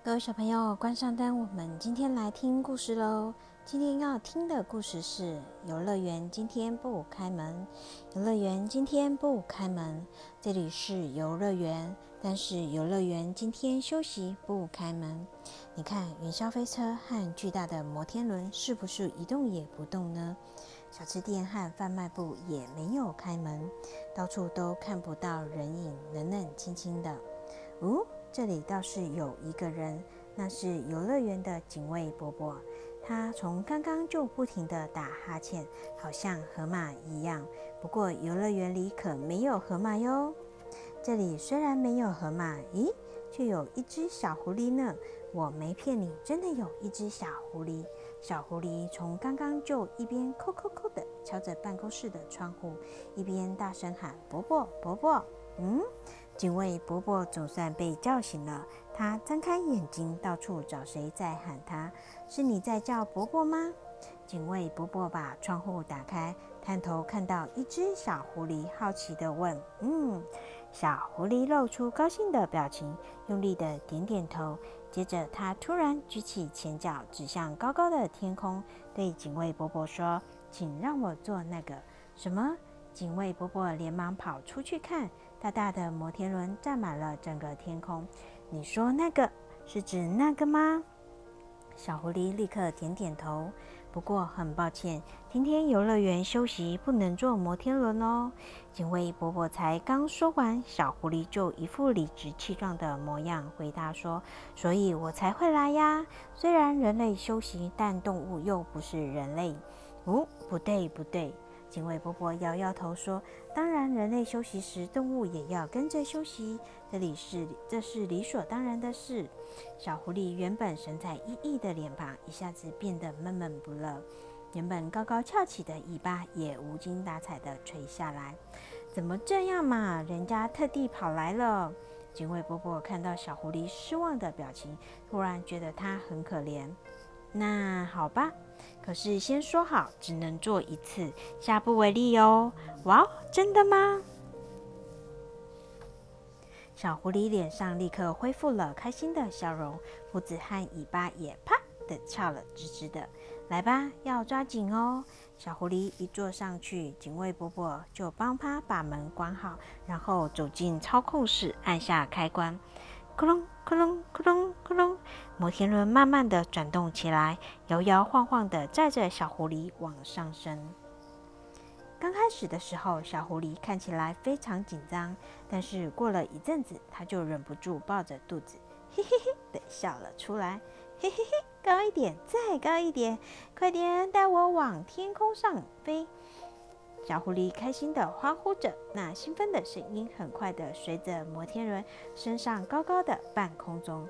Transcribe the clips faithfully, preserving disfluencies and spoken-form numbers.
各位小朋友，关上灯，我们今天来听故事喽。今天要听的故事是游乐园今天不开门。游乐园今天不开门，这里是游乐园，但是游乐园今天休息不开门。你看云霄飞车和巨大的摩天轮是不是一动也不动呢？小吃店和贩卖部也没有开门，到处都看不到人影，冷冷清清的。哦，这里倒是有一个人，那是游乐园的警卫伯伯。他从刚刚就不停地打哈欠，好像河马一样。不过游乐园里可没有河马哟。这里虽然没有河马，咦，却有一只小狐狸呢。我没骗你，真的有一只小狐狸。小狐狸从刚刚就一边扣扣扣地敲着办公室的窗户，一边大声喊：伯伯，伯伯。嗯，警卫伯伯总算被叫醒了。他睁开眼睛，到处找谁在喊他。是你在叫伯伯吗？警卫伯伯把窗户打开，探头看到一只小狐狸，好奇地问：嗯，小狐狸露出高兴的表情，用力地点点头。接着他突然举起前脚，指向高高的天空，对警卫伯伯说：请让我做那个。什么？警卫伯伯连忙跑出去看，大大的摩天轮占满了整个天空。你说那个是指那个吗？小狐狸立刻点点头。不过很抱歉，今天游乐园休息，不能坐摩天轮哦。警卫伯伯才刚说完，小狐狸就一副理直气壮的模样回答说：所以我才会来呀。虽然人类休息，但动物又不是人类。哦，不对不对，警卫伯伯摇摇头说：当然人类休息时，动物也要跟着休息，这里是这是理所当然的事。小狐狸原本神采奕奕的脸庞一下子变得闷闷不乐，原本高高翘起的尾巴也无精打采地垂下来。怎么这样嘛，人家特地跑来了。警卫伯伯看到小狐狸失望的表情，突然觉得它很可怜。那好吧，可是先说好，只能做一次，下不为例哦。哇，真的吗？小狐狸脸上立刻恢复了开心的笑容，胡子和尾巴也啪的翘了直直的。来吧，要抓紧哦。小狐狸一坐上去，警卫伯伯就帮他把门关好，然后走进操控室，按下开关。咕隆咕隆咕隆咕隆，摩天轮慢慢的转动起来，摇摇晃晃的载着小狐狸往上升。刚开始的时候，小狐狸看起来非常紧张，但是过了一阵子，它就忍不住抱着肚子，嘿嘿嘿的笑了出来。嘿嘿嘿，高一点，再高一点，快点带我往天空上飞！小狐狸开心地欢呼着，那兴奋的声音很快地随着摩天轮升上高高的半空中。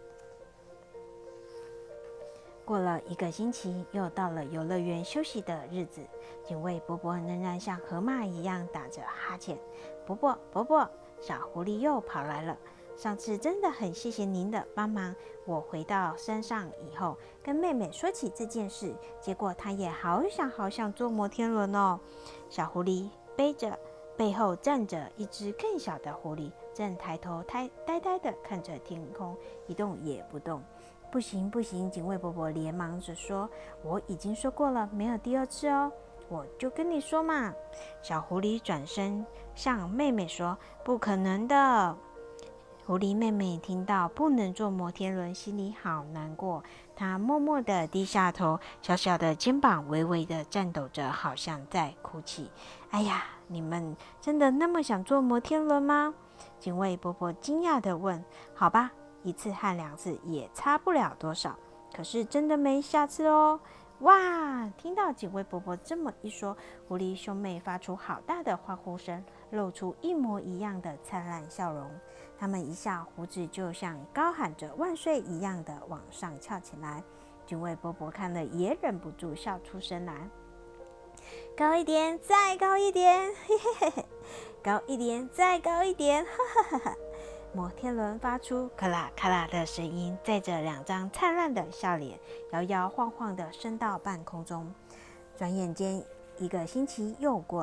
过了一个星期，又到了游乐园休息的日子。警卫伯伯仍然像河马一样打着哈欠。伯伯，伯伯，小狐狸又跑来了。上次真的很谢谢您的帮忙。我回到山上以后，跟妹妹说起这件事，结果她也好想好想坐摩天轮哦。小狐狸背着背后站着一只更小的狐狸，正抬头呆呆呆地看着天空，一动也不动。不行不行，警卫伯伯连忙着说：我已经说过了，没有第二次哦。我就跟你说嘛。小狐狸转身向妹妹说：不可能的。狐狸妹妹听到不能坐摩天轮，心里好难过。她默默地低下头，小小的肩膀微微地颤抖着，好像在哭泣。哎呀，你们真的那么想坐摩天轮吗？警卫伯伯惊讶地问。好吧，一次和两次也差不了多少，可是真的没下次哦。哇！听到警卫伯伯这么一说，狐狸兄妹发出好大的欢呼声，露出一模一样的灿烂笑容。他们一笑，胡子就像高喊着万岁一样的往上翘起来。警卫伯伯看了也忍不住笑出声来。高一点，再高一点，嘿嘿嘿嘿，高一点，再高一点，哈哈哈哈。摩天轮发出咔啦咔啦的声音，载着两张灿烂的笑脸，摇摇晃晃地升到半空中。转眼间，一个星期又过了，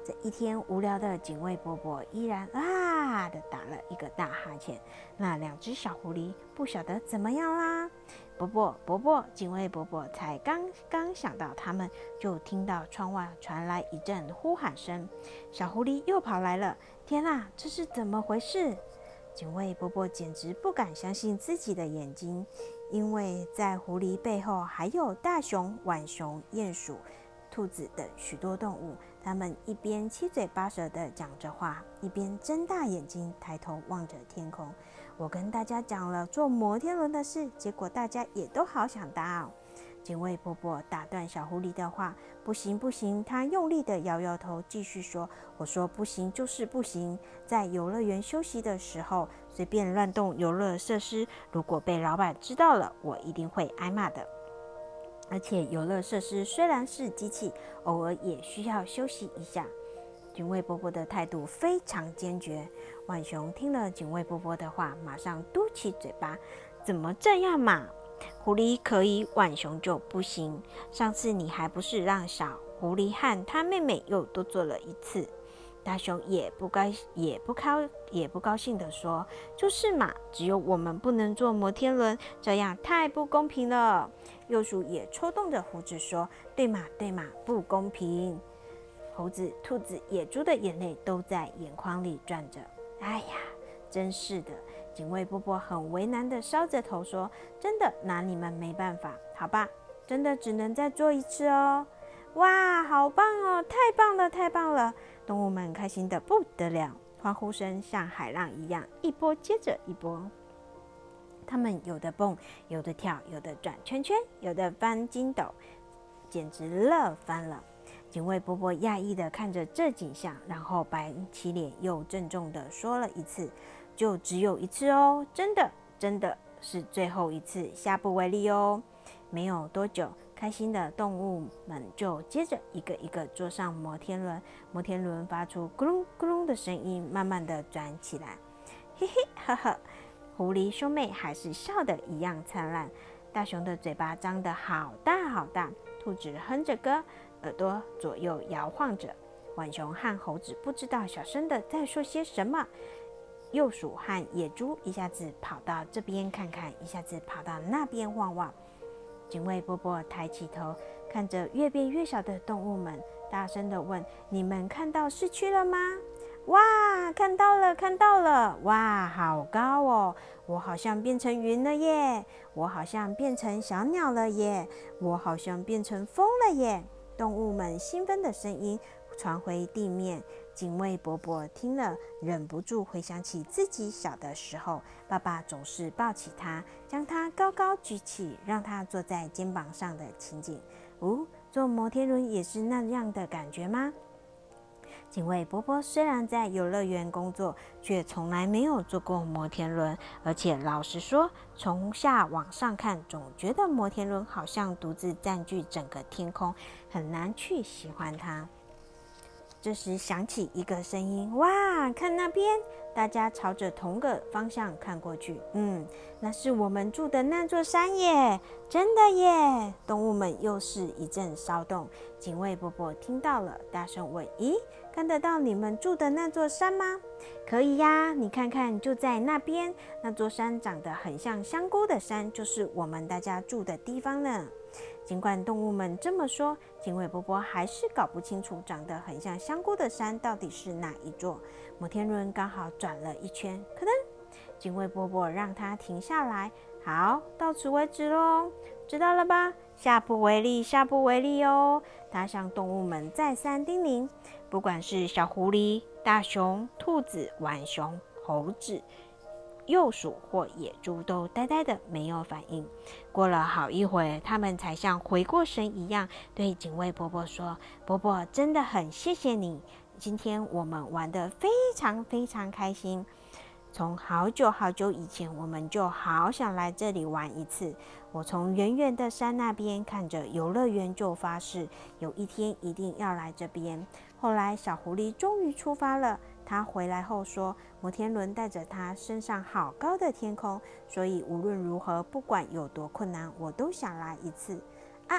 这一天无聊的警卫伯伯依然啊的打了一个大哈欠。那两只小狐狸不晓得怎么样啦。伯伯伯伯，警卫伯伯才刚刚想到他们，就听到窗外传来一阵呼喊声。小狐狸又跑来了。天啊，这是怎么回事？警卫伯伯简直不敢相信自己的眼睛，因为在狐狸背后还有大熊、浣熊、鼹鼠、兔子等许多动物。他们一边七嘴八舌地讲着话，一边睁大眼睛抬头望着天空。我跟大家讲了坐摩天轮的事，结果大家也都好想搭哦。警卫伯伯打断小狐狸的话：“不行不行！”他用力地摇摇头，继续说：“我说不行就是不行。在游乐园休息的时候，随便乱动游乐设施，如果被老板知道了，我一定会挨骂的。而且游乐设施虽然是机器，偶尔也需要休息一下。”警卫伯伯的态度非常坚决。浣熊听了警卫伯伯的话，马上嘟起嘴巴：“怎么这样嘛？狐狸可以，浣熊就不行。上次你还不是让小狐狸和他妹妹又多做了一次？”大熊也不高也不高也不高兴地说：“就是嘛，只有我们不能坐摩天轮，这样太不公平了。”鼬鼠也抽动着胡子说：“对嘛对嘛，不公平。”猴子、兔子、野猪的眼泪都在眼眶里转着。哎呀，真是的！警卫伯伯很为难地搔着头说：“真的拿你们没办法，好吧？真的只能再做一次哦。”哇，好棒哦！太棒了，太棒了！动物们开心得不得了，欢呼声像海浪一样，一波接着一波。他们有的蹦，有的跳，有的转圈圈，有的翻筋斗，简直乐翻了。警卫伯伯讶异地看着这景象，然后板起脸，又郑重地说了一次：“就只有一次哦，真的，真的是最后一次，下不为例哦。”没有多久，开心的动物们就接着一个一个坐上摩天轮，摩天轮发出咕隆咕隆的声音，慢慢地转起来。嘿嘿呵呵，狐狸兄妹还是笑得一样灿烂。大熊的嘴巴张得好大好大，兔子哼着歌，耳朵左右摇晃着。浣熊和猴子不知道小声的在说些什么。鼬鼠和野猪一下子跑到这边看看，一下子跑到那边望望。警卫伯伯抬起头，看着越变越小的动物们，大声地问：“你们看到市区了吗？”“哇，看到了，看到了！哇，好高哦！我好像变成云了耶！我好像变成小鸟了耶！我好像变成风了耶！”动物们兴奋的声音传回地面。警卫伯伯听了，忍不住回想起自己小的时候，爸爸总是抱起他，将他高高举起，让他坐在肩膀上的情景。哦，坐摩天轮也是那样的感觉吗？警卫伯伯虽然在游乐园工作，却从来没有坐过摩天轮，而且老实说，从下往上看，总觉得摩天轮好像独自占据整个天空，很难去喜欢它。这时响起一个声音：“哇，看那边！”大家朝着同个方向看过去，嗯，那是我们住的那座山耶！真的耶！动物们又是一阵骚动。警卫伯伯听到了，大声问：“咦，看得到你们住的那座山吗？”“可以呀，你看看，就在那边。那座山长得很像香菇的山，就是我们大家住的地方呢。”尽管动物们这么说，警卫伯伯还是搞不清楚长得很像香菇的山到底是哪一座。摩天轮刚好转了一圈，可能警卫伯伯让他停下来。好，到此为止咯，知道了吧？下不为例，下不为例哦。他向动物们再三叮咛。不管是小狐狸、大熊、兔子、浣熊、猴子、鼬鼠或野猪都呆呆的没有反应。过了好一会，他们才像回过神一样，对警卫伯伯说：“伯伯，真的很谢谢你，今天我们玩得非常非常开心。从好久好久以前，我们就好想来这里玩一次。我从远远的山那边看着游乐园，就发誓有一天一定要来这边。后来小狐狸终于出发了。他回来后说，摩天轮带着他升上好高的天空，所以无论如何，不管有多困难，我都想来一次。啊，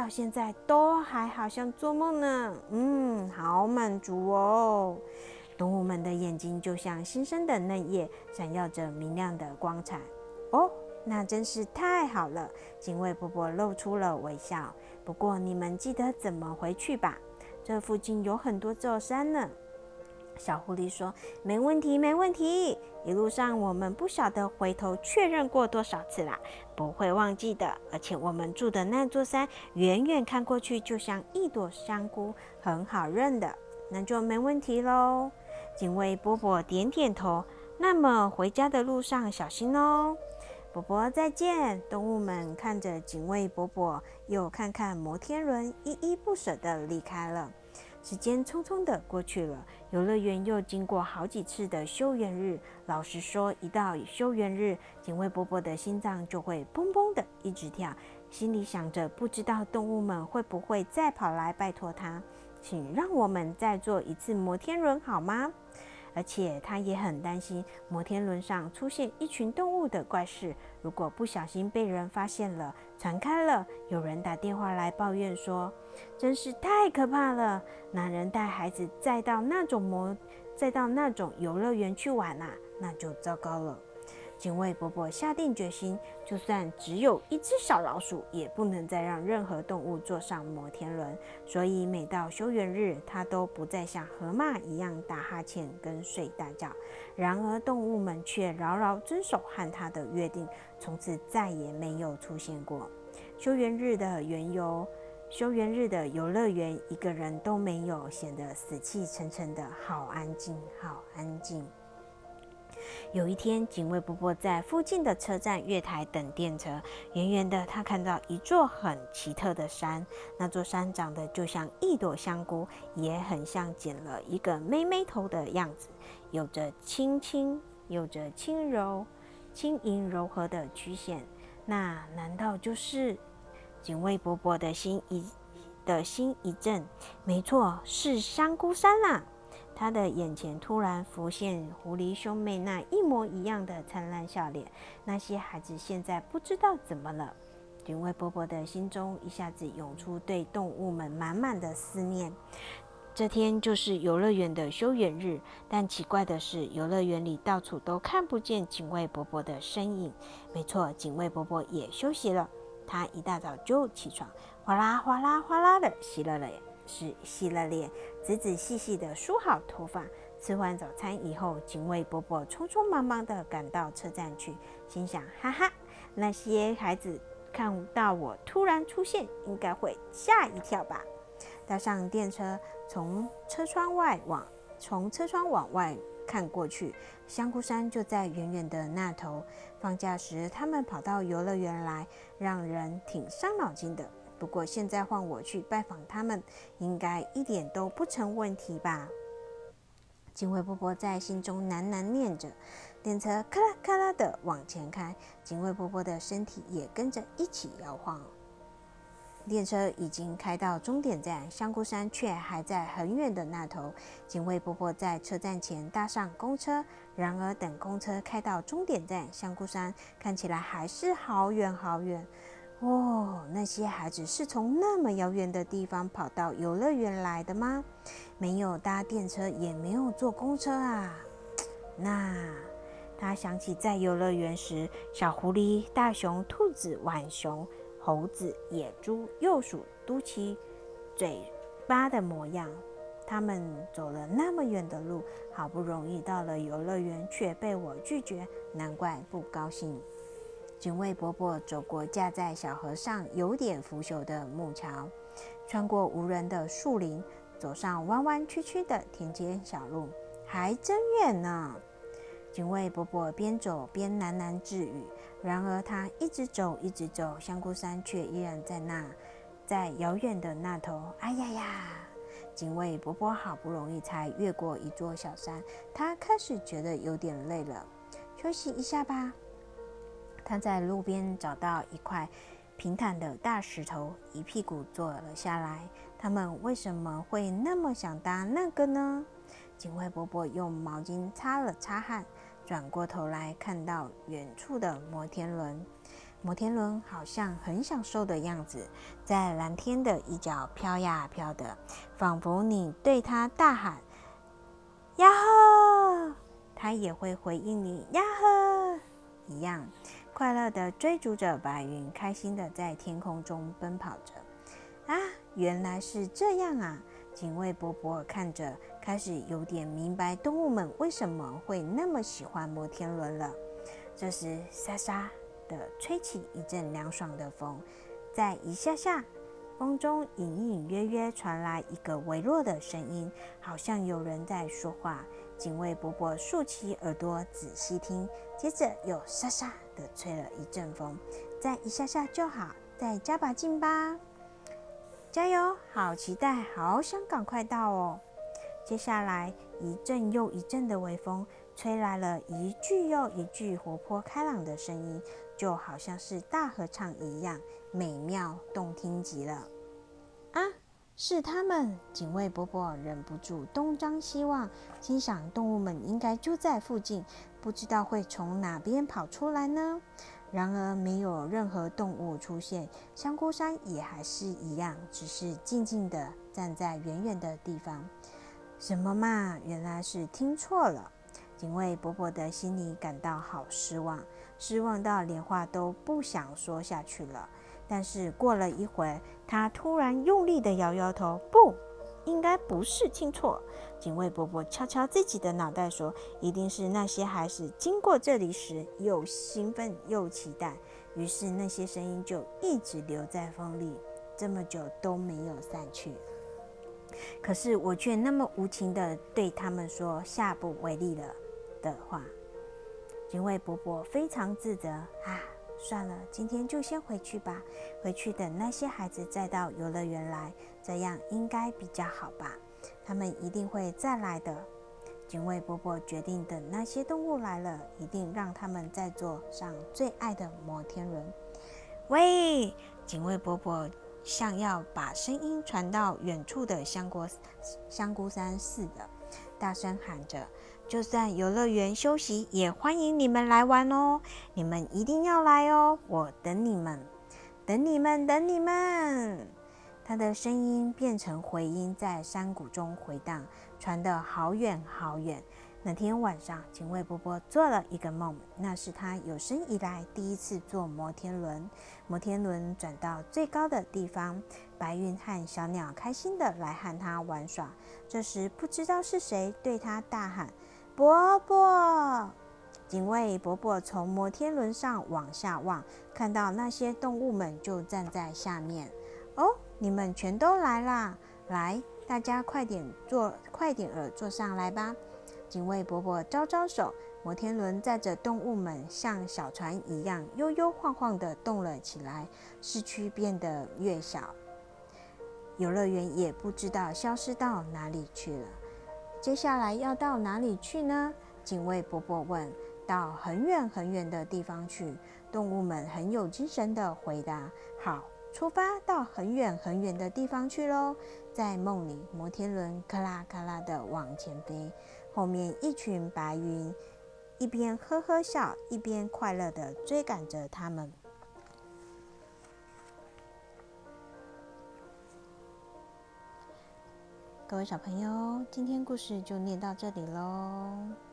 到现在都还好像做梦呢。嗯，好满足哦。动物们的眼睛就像新生的嫩叶，闪耀着明亮的光彩。哦，那真是太好了！警卫伯伯露出了微笑。不过你们记得怎么回去吧，这附近有很多座山呢。小狐狸说：“没问题，没问题。一路上我们不晓得回头确认过多少次啦，不会忘记的。而且我们住的那座山，远远看过去就像一朵香菇，很好认的。那就没问题喽。”警卫波波点点头。那么回家的路上小心哦。伯伯再见。动物们看着警卫伯伯，又看看摩天轮，依依不舍地离开了。时间匆匆地过去了，游乐园又经过好几次的休园日。老实说，一到休园日，警卫伯伯的心脏就会砰砰的一直跳，心里想着不知道动物们会不会再跑来拜托他，请让我们再坐一次摩天轮好吗？而且他也很担心摩天轮上出现一群动物的怪事，如果不小心被人发现了，传开了，有人打电话来抱怨说，真是太可怕了，哪人带孩子再到那种摩再到那种游乐园去玩啊，那就糟糕了。警卫伯伯下定决心，就算只有一只小老鼠，也不能再让任何动物坐上摩天轮。所以每到休园日，他都不再像河马一样打哈欠跟睡大觉。然而动物们却牢牢遵守和他的约定，从此再也没有出现过。休园日的园游休园日的游乐园一个人都没有，显得死气沉沉的，好安静，好安静。有一天，警卫伯伯在附近的车站月台等电车，远远的他看到一座很奇特的山，那座山长得就像一朵香菇，也很像剪了一个妹妹头的样子，有着轻轻有着轻柔轻盈柔和的曲线。那难道就是警卫伯伯的心一的心一震，没错，是香菇山啦！他的眼前突然浮现狐狸兄妹那一模一样的灿烂笑脸。那些孩子现在不知道怎么了。警卫伯伯的心中一下子涌出对动物们满满的思念。这天就是游乐园的休园日，但奇怪的是，游乐园里到处都看不见警卫伯伯的身影。没错，警卫伯伯也休息了。他一大早就起床，哗啦哗啦哗啦的洗了脸，是洗了脸，仔仔细细的梳好头发。吃完早餐以后，警卫伯伯匆匆忙忙的赶到车站去，心想：哈哈，那些孩子看到我突然出现，应该会吓一跳吧。搭上电车，从车窗外往从车窗往外看过去，香菇山就在远远的那头。放假时，他们跑到游乐园来，让人挺伤脑筋的。不过现在换我去拜访他们，应该一点都不成问题吧？警卫伯伯在心中喃喃念着。电车咔啦咔啦的往前开，警卫伯伯的身体也跟着一起摇晃。电车已经开到终点站，香菇山却还在很远的那头。警卫伯伯在车站前搭上公车，然而等公车开到终点站，香菇山看起来还是好远好远。哦，那些孩子是从那么遥远的地方跑到游乐园来的吗？没有搭电车，也没有坐公车啊。那他想起在游乐园时，小狐狸、大熊、兔子、浣熊、猴子、野猪、鼬鼠嘟起嘴巴的模样。他们走了那么远的路，好不容易到了游乐园，却被我拒绝，难怪不高兴。警卫伯伯走过架在小河上有点腐朽的木桥，穿过无人的树林，走上弯弯曲曲的田间小路，还真远呢。警卫伯伯边走边喃喃自语。然而他一直走一直走，香菇山却依然在那在遥远的那头。哎呀呀！警卫伯伯好不容易才越过一座小山，他开始觉得有点累了，休息一下吧。他在路边找到一块平坦的大石头，一屁股坐了下来。他们为什么会那么想搭那个呢？警卫伯伯用毛巾擦了擦汗，转过头来看到远处的摩天轮。 摩天轮好像很享受的样子，在蓝天的一角飘呀飘的，仿佛你对它大喊呀呵，它也会回应你呀呵一样，快乐的追逐着白云，开心的在天空中奔跑着。啊，原来是这样啊！警卫伯伯看着，开始有点明白动物们为什么会那么喜欢摩天轮了。这时，沙沙的吹起一阵凉爽的风，在一下下，风中隐隐约约传来一个微弱的声音，好像有人在说话。警卫伯伯竖起耳朵仔细听，接着又沙沙的吹了一阵风，再一下下就好，再加把劲吧！加油！好期待，好想赶快到哦！接下来一阵又一阵的微风，吹来了一句又一句活泼开朗的声音，就好像是大合唱一样，美妙动听极了。啊，是他们！警卫伯伯忍不住东张西望，心想动物们应该就在附近，不知道会从哪边跑出来呢？然而没有任何动物出现，香菇山也还是一样，只是静静地站在远远的地方。什么嘛，原来是听错了。警卫伯伯的心里感到好失望，失望到连话都不想说下去了。但是过了一会，他突然用力地摇摇头，不，应该不是听错。警卫伯伯敲敲自己的脑袋说，一定是那些孩子经过这里时又兴奋又期待，于是那些声音就一直留在风里，这么久都没有散去。可是我却那么无情地对他们说下不为例了的话。警卫伯伯非常自责啊，算了，今天就先回去吧，回去等那些孩子再到游乐园来，这样应该比较好吧，他们一定会再来的。警卫伯伯决定等那些动物来了，一定让他们再坐上最爱的摩天轮。喂！警卫伯伯像要把声音传到远处的香菇香菇山似的，大声喊着，就算游乐园休息，也欢迎你们来玩哦！你们一定要来哦，我等你们，等你们，等你们！他的声音变成回音，在山谷中回荡，传得好远好远。那天晚上，警卫伯伯做了一个梦，那是他有生以来第一次坐摩天轮。摩天轮转到最高的地方，白云和小鸟开心地来和他玩耍。这时，不知道是谁对他大喊：“伯伯！”警卫伯伯从摩天轮上往下望，看到那些动物们就站在下面。哦，你们全都来啦！来，大家快点坐，快点儿坐上来吧！警卫伯伯招招手，摩天轮载着动物们像小船一样悠悠晃晃地动了起来，市区变得越小，游乐园也不知道消失到哪里去了。接下来要到哪里去呢？警卫伯伯问。到很远很远的地方去。动物们很有精神地回答。好，出发到很远很远的地方去咯。在梦里，摩天轮咔啦咔啦地往前飞，后面一群白云一边呵呵笑，一边快乐地追赶着他们。各位小朋友，今天故事就念到这里咯。